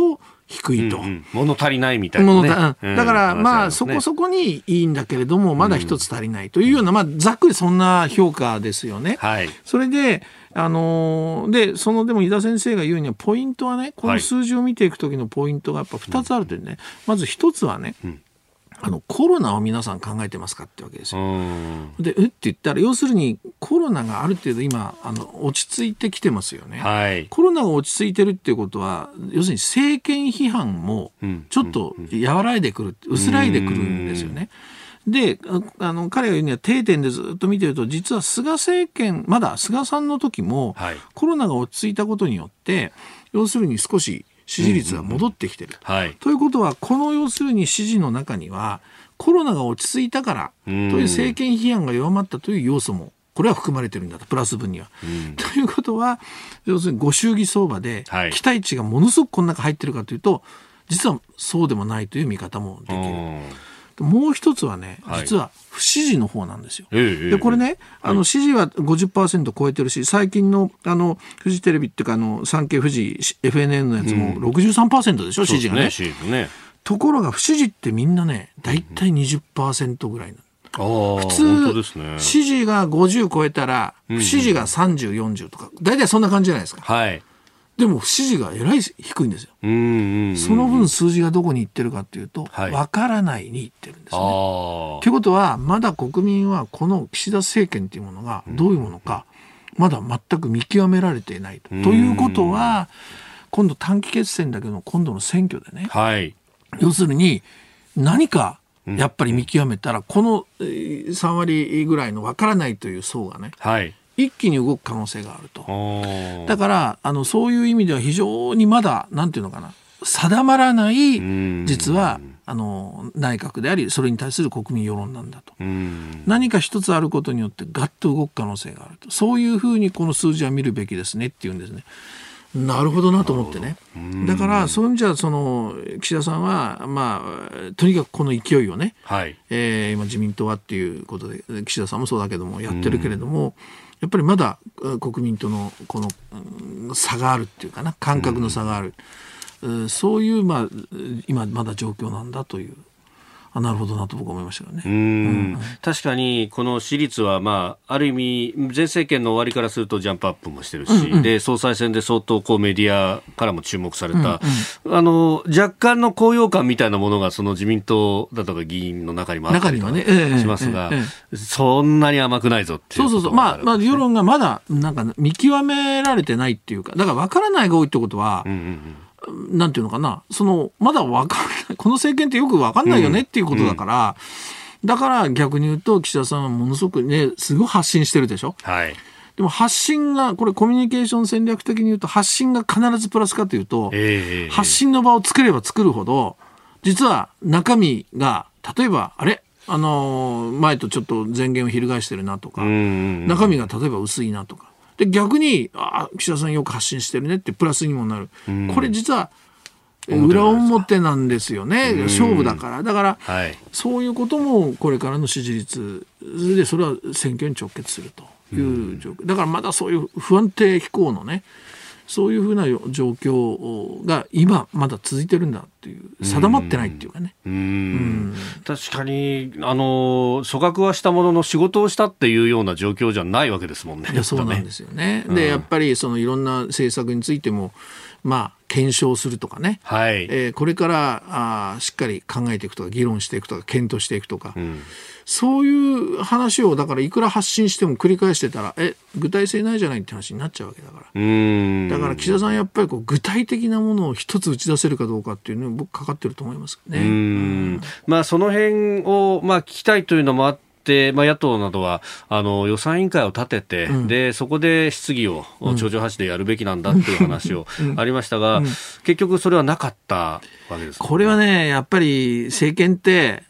低いと、 物足りないみたいな、ね、 だからまあそこそこにいいんだけれどもまだ一つ足りないというような、まあ、ざっくりそんな評価ですよね。 はい、 それででも井田先生が言うにはポイントはね、この数字を見ていくときのポイントがやっぱ2つあるというね、まず1つはね、コロナを皆さん考えてますかってわけですよ。でって言ったら要するにコロナがある程度今落ち着いてきてますよね、はい、コロナが落ち着いてるっていうことは要するに政権批判もちょっと和らいでくる、薄らいでくるんですよね。で彼が言うには定点でずっと見てると実は菅政権まだ菅さんの時も、はい、コロナが落ち着いたことによって要するに少し支持率が戻ってきている、はい、ということはこの要するに支持の中にはコロナが落ち着いたからという政権批判が弱まったという要素もこれは含まれてるんだと、プラス分には。ということは要するにご祝儀相場で期待値がものすごくこの中入ってるかというと実はそうでもないという見方もできる。もう一つはね、実は不支持の方なんですよ。でこれね、支持は 50% 超えてるし、最近のフジテレビっていうか産経フジ FNN のやつも 63% でしょ、支持がね。ところが不支持ってみんなね、だいたい 20% ぐらいなの。普通、支持が50超えたら不支持が30、40とか、だいたいそんな感じじゃないですか。はい。でも不支持がえらい低いんですよ。その分数字がどこに行ってるかっていうと、わからないに行ってるんですね。ということはまだ国民はこの岸田政権というものがどういうものかまだ全く見極められていないと。ということは今度短期決戦だけど今度の選挙でね、はい、要するに何かやっぱり見極めたらこの3割ぐらいのわからないという層がね、はい一気に動く可能性があると。だからそういう意味では非常にまだなんていうのかな定まらない実は内閣でありそれに対する国民世論なんだと。何か一つあることによってガッと動く可能性があると。そういうふうにこの数字は見るべきですねっていうんですね。なるほどなと思ってね。だからそういう意味じゃ岸田さんはまあとにかくこの勢いをね、はい今自民党はっていうことで岸田さんもそうだけどもやってるけれどもやっぱりまだ国民とのこの差があるっていうかな感覚の差がある、そういうまあ今まだ状況なんだというなるほどなと僕は思いましたよね。 確かにこの支持率は、まあ、ある意味前政権の終わりからするとジャンプアップもしてるし、で総裁選で相当こうメディアからも注目された、若干の高揚感みたいなものがその自民党だとか議員の中にもあったりしますが、そんなに甘くないぞっていうことがあるんですね。 まあ世論がまだなんか見極められてないっていうかだから分からないが多いってことは、なんていうのかなまだ分からないこの政権ってよく分かんないよねっていうことだから、だから逆に言うと岸田さんはものすごくねすごい発信してるでしょ、はい、でも発信がこれコミュニケーション戦略的に言うと発信が必ずプラスかというと、発信の場を作れば作るほど実は中身が例えば前とちょっと前言を翻してるなとか、中身が例えば薄いなとかで逆に岸田さんよく発信してるねってプラスにもなる、これ実は裏表なんですよね。勝負だからはい、そういうこともこれからの支持率でそれは選挙に直結するという状況だからまだそういう不安定飛行のねそういうふうな状況が今まだ続いてるんだっていう定まってないっていうかね。 確かに組閣はしたものの仕事をしたっていうような状況じゃないわけですもんね。 いやそうなんですよね。でやっぱりいろんな政策についても検証するとかね、はいこれからしっかり考えていくとか議論していくとか検討していくとか、そういう話をだからいくら発信しても繰り返してたら具体性ないじゃないって話になっちゃうわけだから。だから岸田さんやっぱり具体的なものを一つ打ち出せるかどうかっていうのに僕かかってると思いますね。 その辺を聞きたいというのもあって野党などは予算委員会を立てて、でそこで質疑を頂上発でやるべきなんだっていう話をありましたが、結局それはなかったわけですか。 これはねやっぱり政権って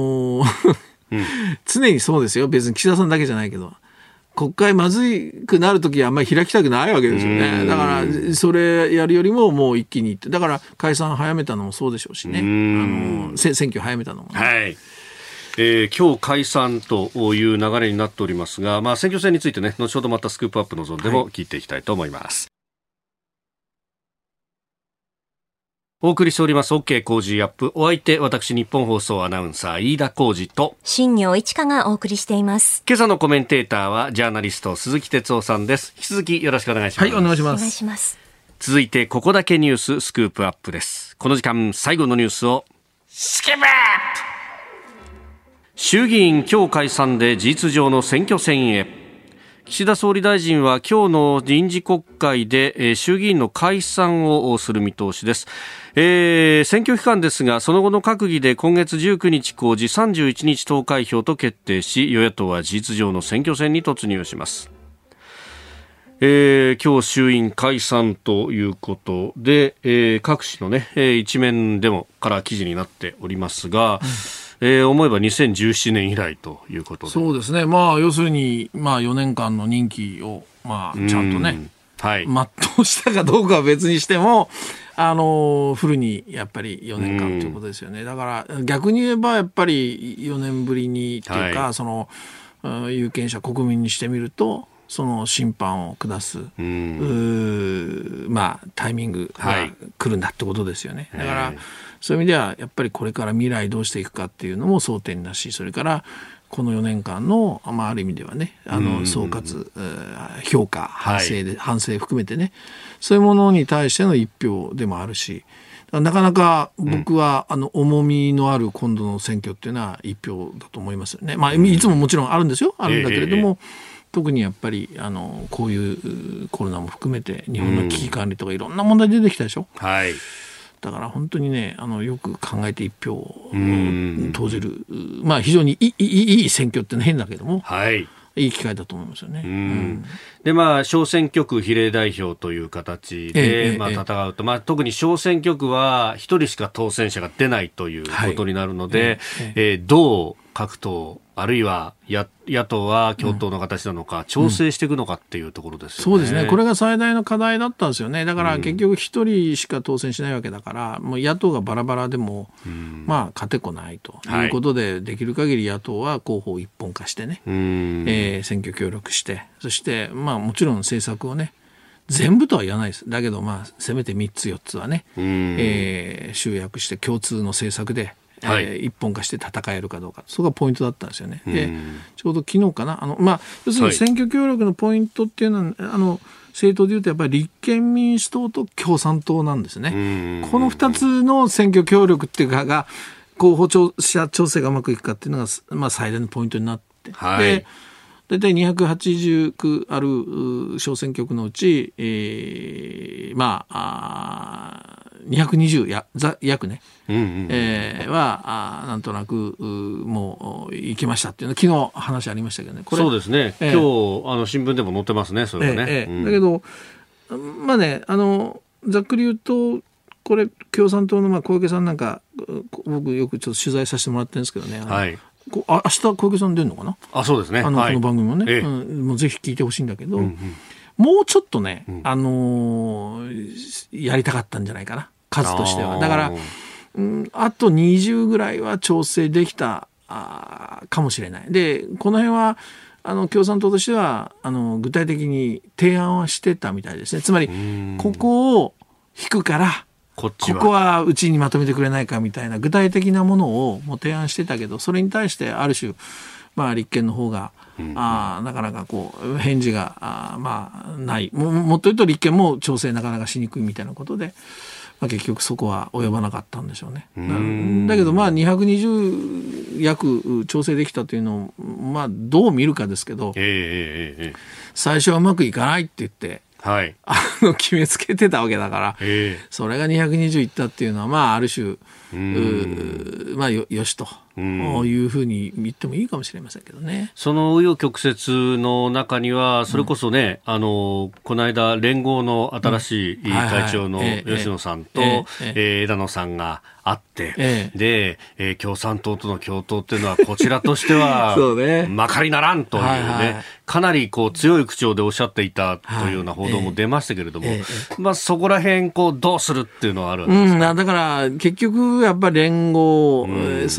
常にそうですよ。別に岸田さんだけじゃないけど国会まずくなるときはあんまり開きたくないわけですよね。だからそれやるよりももう一気にいってだから解散早めたのもそうでしょうしね選挙早めたのもね、はい今日解散という流れになっておりますが、選挙戦についてね後ほどまたスクープアップのゾーンでも聞いていきたいと思います。 お送りしております OK 工事アップ。お相手、私日本放送アナウンサー飯田浩司と新業一華がお送りしています。 今朝のコメンテーターはジャーナリスト鈴木哲夫さんです。引き続きよろしくお願いします。 はい、お願いします。 お願いします。 続いてここだけニューススクープアップです。この時間最後のニュースをスキップアップ。衆議院今日解散で事実上の選挙戦へ。岸田総理大臣は今日の臨時国会で衆議院の解散をする見通しです。選挙期間ですが、その後の閣議で今月19日公示、31日投開票と決定し、与野党は事実上の選挙戦に突入します。今日衆院解散ということで、各紙のね、一面でもから記事になっておりますが、思えば2017年以来ということで。 そうですね。まあ要するに4年間の任期をちゃんとね、はい、全うしたかどうかは別にしてもフルにやっぱり4年間ということですよね。だから逆に言えばやっぱり4年ぶりにっていうか、はい、その有権者国民にしてみるとその審判を下すタイミングが来るんだってことですよね。だからそういう意味ではやっぱりこれから未来どうしていくかっていうのも争点だし、それからこの4年間の、ある意味ではね総括、評価反省含めてね、そういうものに対しての一票でもあるし、なかなか僕は重みのある今度の選挙っていうのは一票だと思いますよね。いつももちろんあるんですよ、あるんだけれども、特にやっぱりこういうコロナも含めて日本の危機管理とかいろんな問題出てきたでしょ、はい、だから本当にねよく考えて一票を投じる、非常にいい選挙って変だけども、はい、いい機会だと思いますよね。 で小選挙区比例代表という形で、戦うと、特に小選挙区は一人しか当選者が出ないということになるので、どう各党あるいは野党は共闘の形なのか、調整していくのかっていうところですよね。 そうですね。これが最大の課題だったんですよね。だから結局一人しか当選しないわけだから、もう野党がバラバラでも、勝てこないということで、できる限り野党は候補を一本化してね、選挙協力して、そしてもちろん政策をね、全部とは言わないです。だけどせめて3つ4つはね、集約して共通の政策で一本化して戦えるかどうか、そこがポイントだったんですよね。でちょうど昨日かな要するに選挙協力のポイントっていうのは政党でいうとやっぱり立憲民主党と共産党なんですね。この2つの選挙協力っていうかが候補者調整がうまくいくかっていうのが、最大のポイントになって、で大体280ある小選挙区のうち、220約ね、はなんとなくもう行きましたっていうの昨日話ありましたけどね。 これそうですね、今日新聞でも載ってますね、それはね。 だけどざっくり言うとこれ共産党の小池さんなんか僕よくちょっと取材させてもらってるんですけどね、明日小池さん出るのかな。 そうですね。 この番組もね、もうぜひ聞いてほしいんだけど、もうちょっとね、やりたかったんじゃないかな、数としては。だから、あと20ぐらいは調整できたかもしれない。でこの辺は共産党としては具体的に提案はしてたみたいですね。つまりここを引くからここはうちにまとめてくれないかみたいな具体的なものをもう提案してたけど、それに対してある種、立憲の方が、なかなか返事がない。もっと言うと立憲も調整なかなかしにくいみたいなことで、結局そこは及ばなかったんでしょうね。だけど220約調整できたというのをどう見るかですけど、最初はうまくいかないって言って決めつけてたわけだから、それが220いったっていうのはある種よしというふうに言ってもいいかもしれませんけどね。 その紆余曲折の中にはそれこそね、この間連合の新しい会長の吉野さんと枝野さんがあって、で、共産党との共闘っていうのはこちらとしてはまかりならんというね、かなり強い口調でおっしゃっていたというような報道も出ましたけれども、そこら辺どうするっていうのはあるんですか。 だから結局やっぱり連合、それから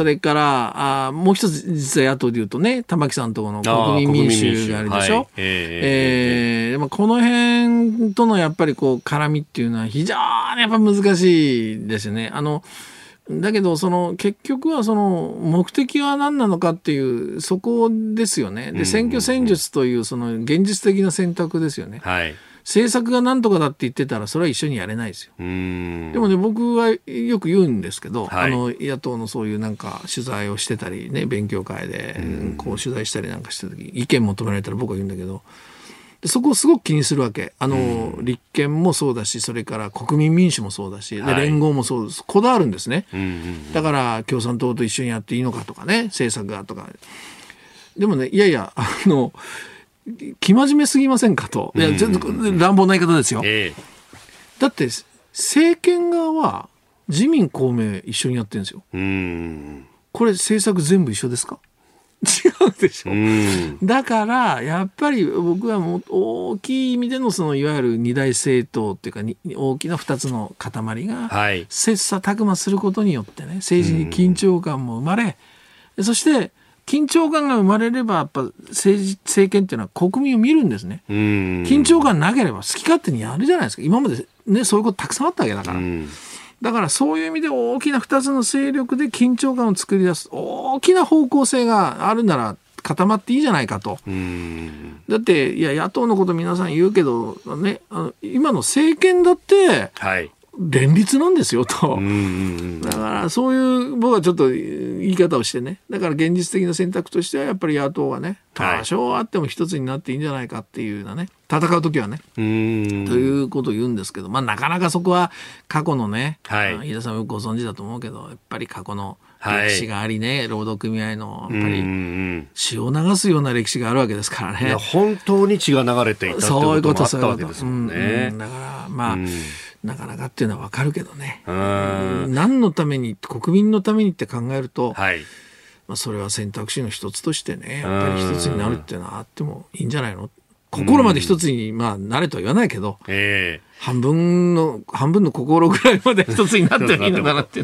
からもう一つ実は野党でいうとね、玉木さんとこの国民民主があるでしょ。この辺とのやっぱりこう絡みっていうのは非常にやっぱ難しいですよね。だけど結局は目的は何なのかっていうそこですよね。で、選挙戦術という現実的な選択ですよね。はい、政策が何とかだって言ってたらそれは一緒にやれないですよ。でもね、僕はよく言うんですけど、はい、野党のそういうなんか取材をしてたりね、勉強会でこう取材したりなんかした時意見求められたら僕は言うんだけど、そこをすごく気にするわけ。立憲もそうだし、それから国民民主もそうだし、で連合もそうです。こだわるんですね。だから共産党と一緒にやっていいのかとかね、政策がとか。でもね、いやいや生真面目すぎませんかと。いや、ちょっと乱暴な言い方ですよ。だって政権側は自民公明一緒にやってるんですよ。これ政策全部一緒ですか？違うでしょ。だからやっぱり僕はもう大きい意味でのいわゆる二大政党っていうか大きな二つの塊が切磋琢磨することによってね、政治に緊張感も生まれ、そして緊張感が生まれればやっぱ政権っていうのは国民を見るんですね。緊張感なければ好き勝手にやるじゃないですか。今までね、そういうことたくさんあったわけだから。だからそういう意味で大きな2つの勢力で緊張感を作り出す大きな方向性があるなら固まっていいじゃないかと。だっていや野党のこと皆さん言うけどね、今の政権だって連立なんですよと。だからそういう僕はちょっと言い方をしてね、だから現実的な選択としてはやっぱり野党がね多少あっても一つになっていいんじゃないかっていうようなね、戦うときはねということを言うんですけど、なかなかそこは過去のね、飯田さんもよくご存知だと思うけど、やっぱり過去の歴史がありね、労働組合のやっぱり血を流すような歴史があるわけですからね。 本当に血が流れていたってこともあったわけですもんね。 だからなかなかっていうのは分かるけどね、何のために国民のためにって考えると、それは選択肢の一つとしてね、やっぱり一つになるっていうのはあってもいいんじゃないの。心まで一つになれとは言わないけど、半分の心ぐらいまで一つになってもいいのかなって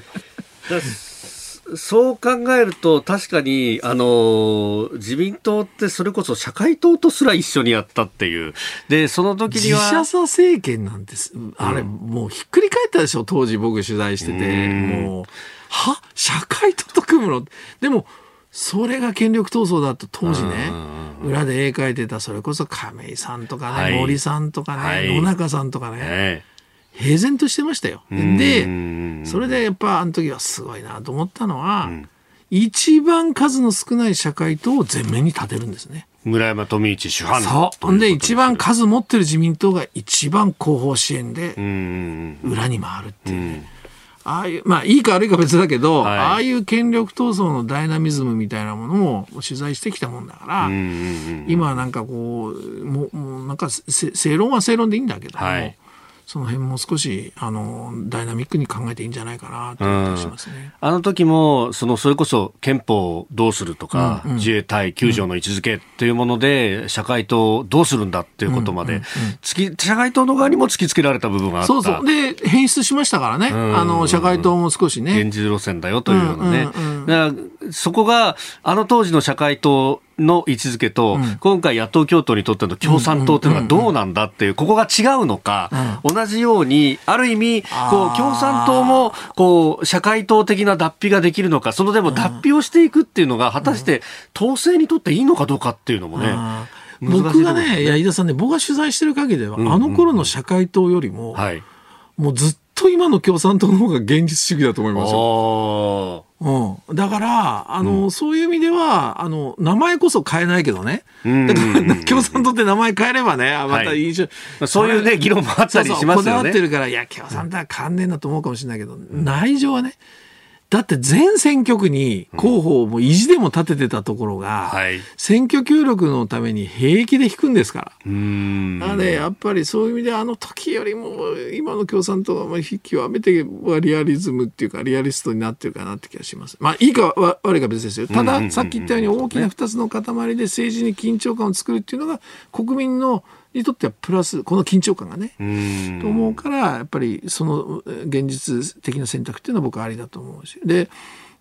そう考えると確かに自民党ってそれこそ社会党とすら一緒にやったっていう。でその時には自社さ政権なんです。あれもうひっくり返ったでしょ。当時僕取材してて、もう社会党と組むの。でもそれが権力闘争だと当時ね、裏で絵描いてたそれこそ亀井さんとかね、森さんとかね、野中さんとかね、平然としてましたよ。でそれでやっぱあの時はすごいなと思ったのは、一番数の少ない社会党を前面に立てるんですね。 村山富市主犯。 そうで一番数持ってる自民党が一番後方支援で裏に回るっていうね。ああいういいか悪いか別だけど、ああいう権力闘争のダイナミズムみたいなものも取材してきたもんだから、今はなんかこうもうなんか正論は正論でいいんだけども、その辺も少しダイナミックに考えていいんじゃないかなと思ったりしますね。 あの時もそれこそ憲法をどうするとか、自衛隊9条の位置づけというもので、社会党をどうするんだっていうことまで、社会党の側にも突きつけられた部分があった。 そうで変質しましたからね、社会党も少しね現実路線だよというようなね、だからそこが当時の社会党の位置づけと、今回野党共闘にとっての共産党というのがどうなんだっていう、ここが違うのか、同じようにある意味共産党も社会党的な脱皮ができるのか、でも脱皮をしていくっていうのが果たして党政にとっていいのかどうかっていうのもね、 僕がね、飯田さんね、僕が取材してる限りでは、あの頃の社会党よりも、もうずっと今の共産党の方が現実主義だと思いますよ。だからそういう意味では名前こそ変えないけどね、だから共産党って名前変えればね、また印象、 そういうね議論もあったりしますよね。 こだわってるから、いや共産党は変わんねえなと思うかもしれないけど、内情はね、だって全選挙区に候補をもう意地でも立ててたところが、選挙協力のために平気で引くんですから。なのでやっぱりそういう意味で時よりも今の共産党は極めてリアリズムっていうかリアリストになってるかなって気がします。いいか悪いか別ですよ。たださっき言ったように大きな2つの塊で政治に緊張感を作るっていうのが国民にとってはプラス、この緊張感がねと思うから、やっぱりその現実的な選択っていうのは僕はありだと思うし、で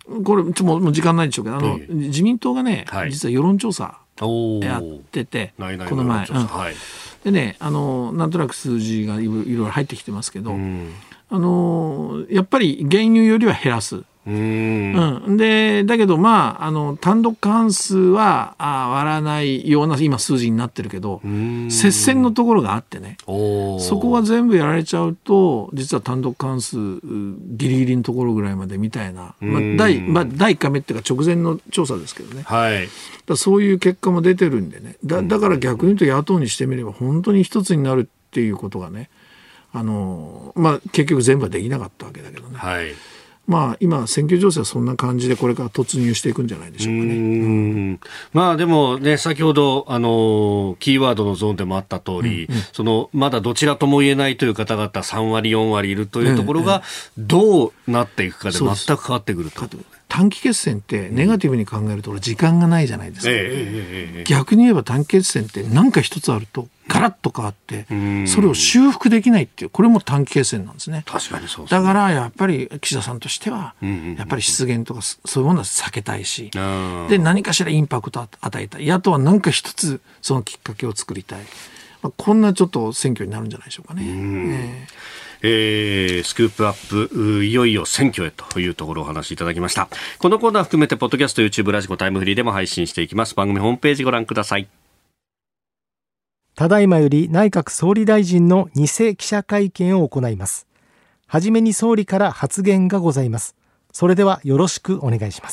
これもう時間ないでしょうけど自民党がね、 はい、 実は世論調査やっててこの前、はい、でねなんとなく数字がいろいろ入ってきてますけど、やっぱり原油よりは減らす。でだけど単独過半数は割らないような今数字になってるけど接戦のところがあってねそこが全部やられちゃうと実は単独過半数ギリギリのところぐらいまでみたいな、第1回目っていうか直前の調査ですけどね、はい、だそういう結果も出てるんでねだから逆に言うと野党にしてみれば本当に一つになるっていうことがね結局全部はできなかったわけだけどね、はい、今選挙情勢はそんな感じでこれから突入していくんじゃないでしょうかね。 でもね先ほどキーワードのゾーンでもあった通り、まだどちらとも言えないという方々3割4割いるというところがどうなっていくかで全く変わってくると。 短期決戦ってネガティブに考えると時間がないじゃないですか、逆に言えば短期決戦って何か一つあるとガラッと変わってそれを修復できないっていうこれも短期決戦なんですね。 確かにそうですね。 だからやっぱり岸田さんとしてはやっぱり失言とかそういうものは避けたいしで何かしらインパクトを与えたい野党は何か一つそのきっかけを作りたい、こんなちょっと選挙になるんじゃないでしょうかね。 スクープアップいよいよ選挙へというところをお話しいただきました。このコーナー含めてポッドキャスト YouTube ラジコタイムフリーでも配信していきます。番組ホームページご覧ください。 ただいまより内閣総理大臣の偽記者会見を行います。はじめに総理から発言がございます。それではよろしくお願いします。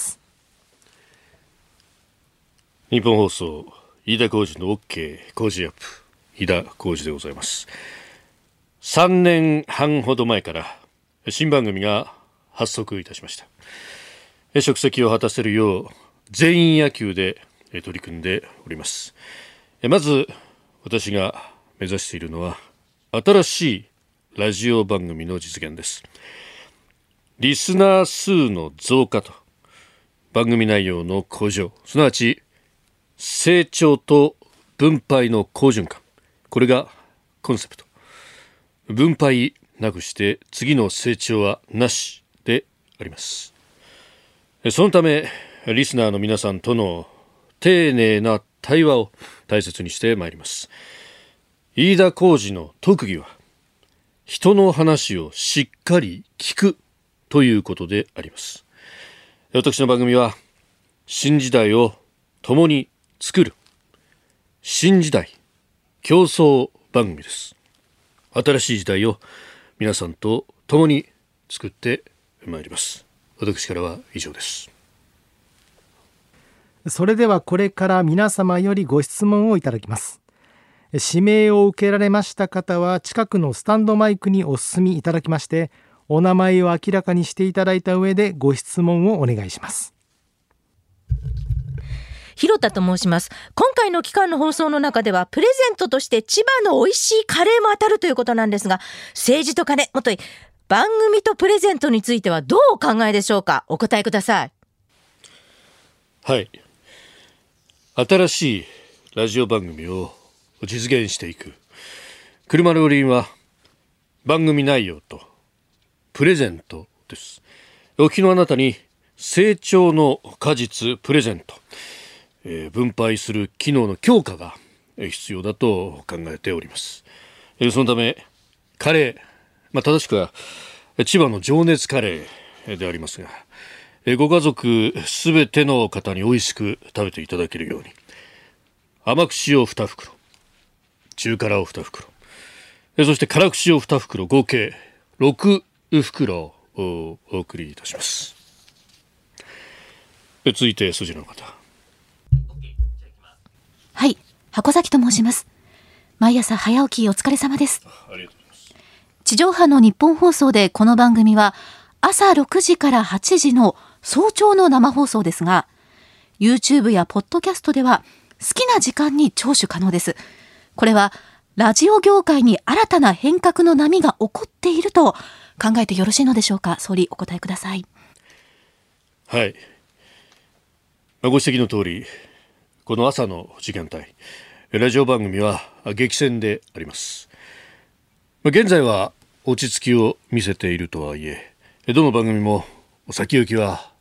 日本放送飯田浩司の OK 工事アップ飯田浩司でございます。3年半ほど前から新番組が発足いたしました。職責を果たせるよう全員野球で取り組んでおります。まず私が目指しているのは新しいラジオ番組の実現です。リスナー数の増加と番組内容の向上、すなわち成長と分配の好循環、これがコンセプト。分配なくして次の成長はなしであります。そのためリスナーの皆さんとの丁寧な対話を大切にしてまいります。飯田浩司の特技は人の話をしっかり聞くということであります。私の番組は新時代を共に作る新時代競争番組です。新しい時代を皆さんと共に作ってまいります。私からは以上です。 それではこれから皆様よりご質問をいただきます。指名を受けられました方は近くのスタンドマイクにお進みいただきましてお名前を明らかにしていただいた上でご質問をお願いします。 広田と申します。今回の期間の放送の中ではプレゼントとして千葉の美味しいカレーも当たるということなんですが、政治と金、もとい番組とプレゼントについてはどうお考えでしょうか。お答えください。 はい、新しいラジオ番組を実現していく車の売りは番組内容とプレゼントです。お聞きのあなたに成長の果実プレゼント、分配する機能の強化が必要だと考えております。そのためカレー、正しくは千葉の情熱カレーでありますが、ご家族すべての方に美味しく食べていただけるように甘口を2袋、中辛を2袋、そして辛口を2袋、合計6袋をお送りいたします。続いて筋の方。 はい、箱崎と申します。毎朝早起きお疲れ様です。 ありがとうございます。 地上波の日本放送でこの番組は朝6時から8時の早朝の生放送ですが、 YouTube やポッドキャストでは好きな時間に聴取可能です。これはラジオ業界に新たな変革の波が起こっていると考えてよろしいのでしょうか。総理、お答えください。 はい、ご指摘の通りこの朝の時間帯ラジオ番組は激戦であります。現在は落ち着きを見せているとはいえ、どの番組も先行きは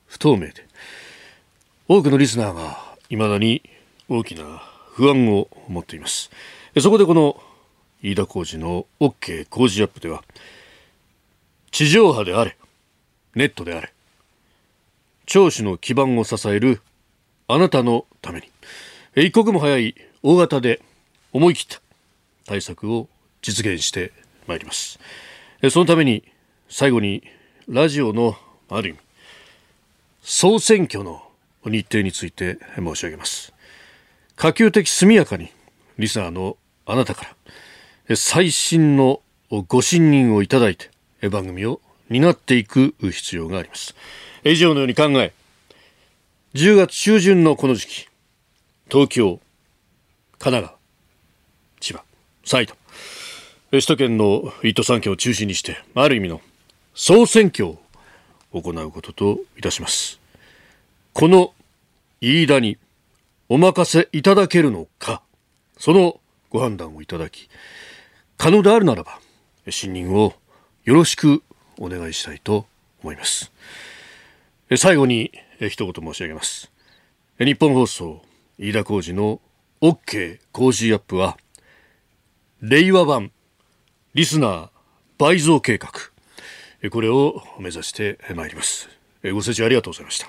不透明で、多くのリスナーが未だに大きな不安を持っています。そこでこの飯田浩司の OK 工事アップでは、地上波であれネットであれ、聴取の基盤を支えるあなたのために、一刻も早い大型で思い切った対策を実現してまいります。そのために最後にラジオのある意味総選挙の日程について申し上げます。可及的速やかにリスナーのあなたから最新のご信任をいただいて番組を担っていく必要があります。以上のように考え、10月中旬のこの時期、東京、神奈川、千葉、埼玉、首都圏の1都3県を中心にしてある意味の総選挙を行うことといたします。この飯田にお任せいただけるのか、そのご判断をいただき、可能であるならば信任をよろしくお願いしたいと思います。最後に一言申し上げます。日本放送飯田浩司の OK 工事アップは、令和版リスナー倍増計画、これを目指してまいります。ご清聴ありがとうございました。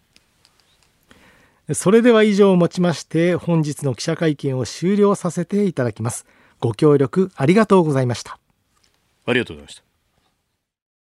それでは以上をもちまして本日の記者会見を終了させていただきます。ご協力ありがとうございました。 ありがとうございました。